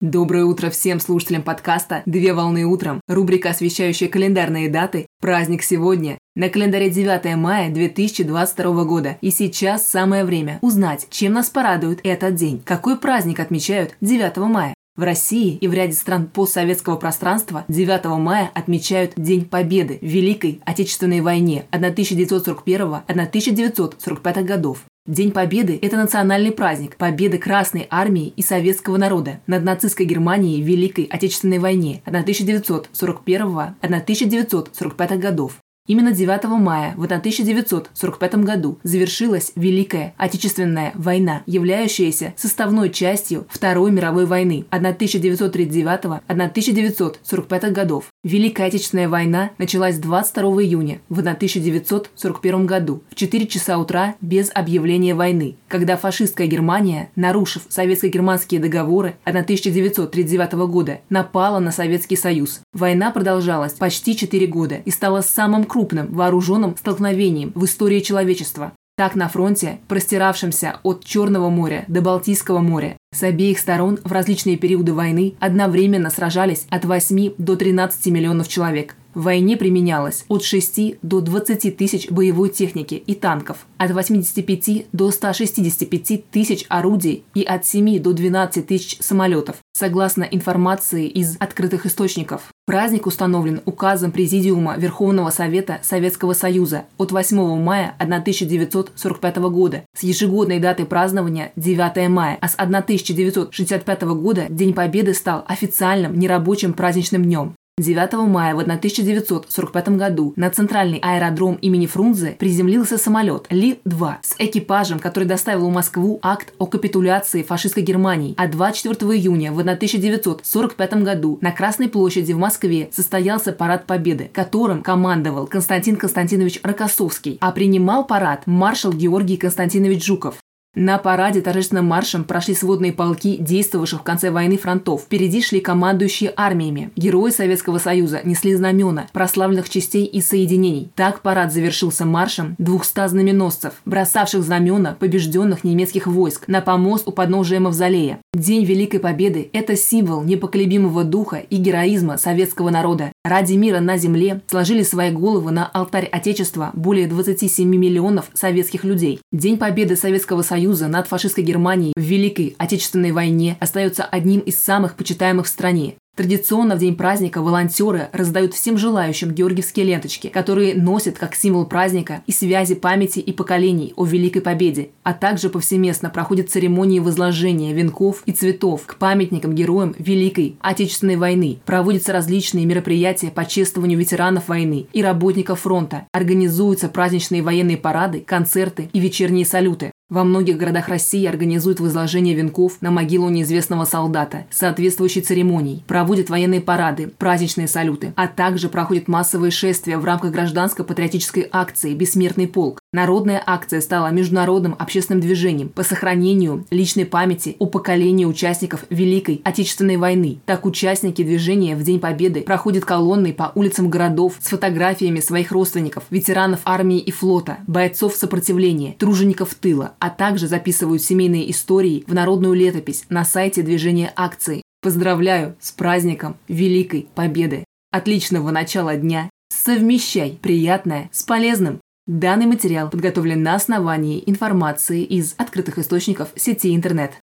Доброе утро всем слушателям подкаста «Две волны утром», рубрика, освещающая календарные даты. Праздник сегодня. На календаре 9 мая 2022 года. И сейчас самое время узнать, чем нас порадует этот день. Какой праздник отмечают 9 мая? В России и в ряде стран постсоветского пространства 9 мая отмечают День Победы в Великой Отечественной войне 1941-1945 годов. День Победы – это национальный праздник победы Красной Армии и советского народа над нацистской Германией в Великой Отечественной войне 1941-1945 годов. Именно 9 мая в 1945 году завершилась Великая Отечественная война, являющаяся составной частью Второй мировой войны 1939-1945 годов. Великая Отечественная война началась 22 июня в 1941 году в 4 часа утра без объявления войны, когда фашистская Германия, нарушив советско-германские договоры 1939 года, напала на Советский Союз. Война продолжалась почти 4 года и стала самым крупным вооруженным столкновением в истории человечества. Так, на фронте, простиравшемся от Черного моря до Балтийского моря, с обеих сторон в различные периоды войны одновременно сражались от 8 до 13 миллионов человек. В войне применялось от 6 до 20 тысяч боевой техники и танков, от 85 до 165 тысяч орудий и от 7 до 12 тысяч самолетов, согласно информации из открытых источников. Праздник установлен указом Президиума Верховного Совета Советского Союза от 8 мая 1945 года с ежегодной датой празднования 9 мая, а с 1965 года День Победы стал официальным нерабочим праздничным днем. 9 мая в 1945 году на центральный аэродром имени Фрунзе приземлился самолет Ли-2 с экипажем, который доставил в Москву акт о капитуляции фашистской Германии. А 24 июня в 1945 году на Красной площади в Москве состоялся парад Победы, которым командовал Константин Константинович Рокоссовский, а принимал парад маршал Георгий Константинович Жуков. На параде торжественным маршем прошли сводные полки действовавших в конце войны фронтов. Впереди шли командующие армиями. Герои Советского Союза несли знамена прославленных частей и соединений. Так парад завершился маршем 200 знаменосцев, бросавших знамена побежденных немецких войск на помост у подножия Мавзолея. День Великой Победы – это символ непоколебимого духа и героизма советского народа. Ради мира на земле сложили свои головы на алтарь Отечества более 27 миллионов советских людей. День Победы Советского Союза над фашистской Германией в Великой Отечественной войне остается одним из самых почитаемых в стране. Традиционно в день праздника волонтеры раздают всем желающим георгиевские ленточки, которые носят как символ праздника и связи памяти и поколений о Великой Победе, а также повсеместно проходят церемонии возложения венков и цветов к памятникам героям Великой Отечественной войны, проводятся различные мероприятия по чествованию ветеранов войны и работников фронта, организуются праздничные военные парады, концерты и вечерние салюты. Во многих городах России организуют возложение венков на могилу неизвестного солдата с соответствующей церемонией, проводят военные парады, праздничные салюты, а также проходят массовые шествия в рамках гражданско-патриотической акции «Бессмертный полк». Народная акция стала международным общественным движением по сохранению личной памяти о поколении участников Великой Отечественной войны. Так, участники движения в День Победы проходят колонной по улицам городов с фотографиями своих родственников, ветеранов армии и флота, бойцов сопротивления, тружеников тыла, а также записывают семейные истории в народную летопись на сайте движения акции. Поздравляю с праздником Великой Победы! Отличного начала дня! Совмещай приятное с полезным! Данный материал подготовлен на основании информации из открытых источников сети интернет.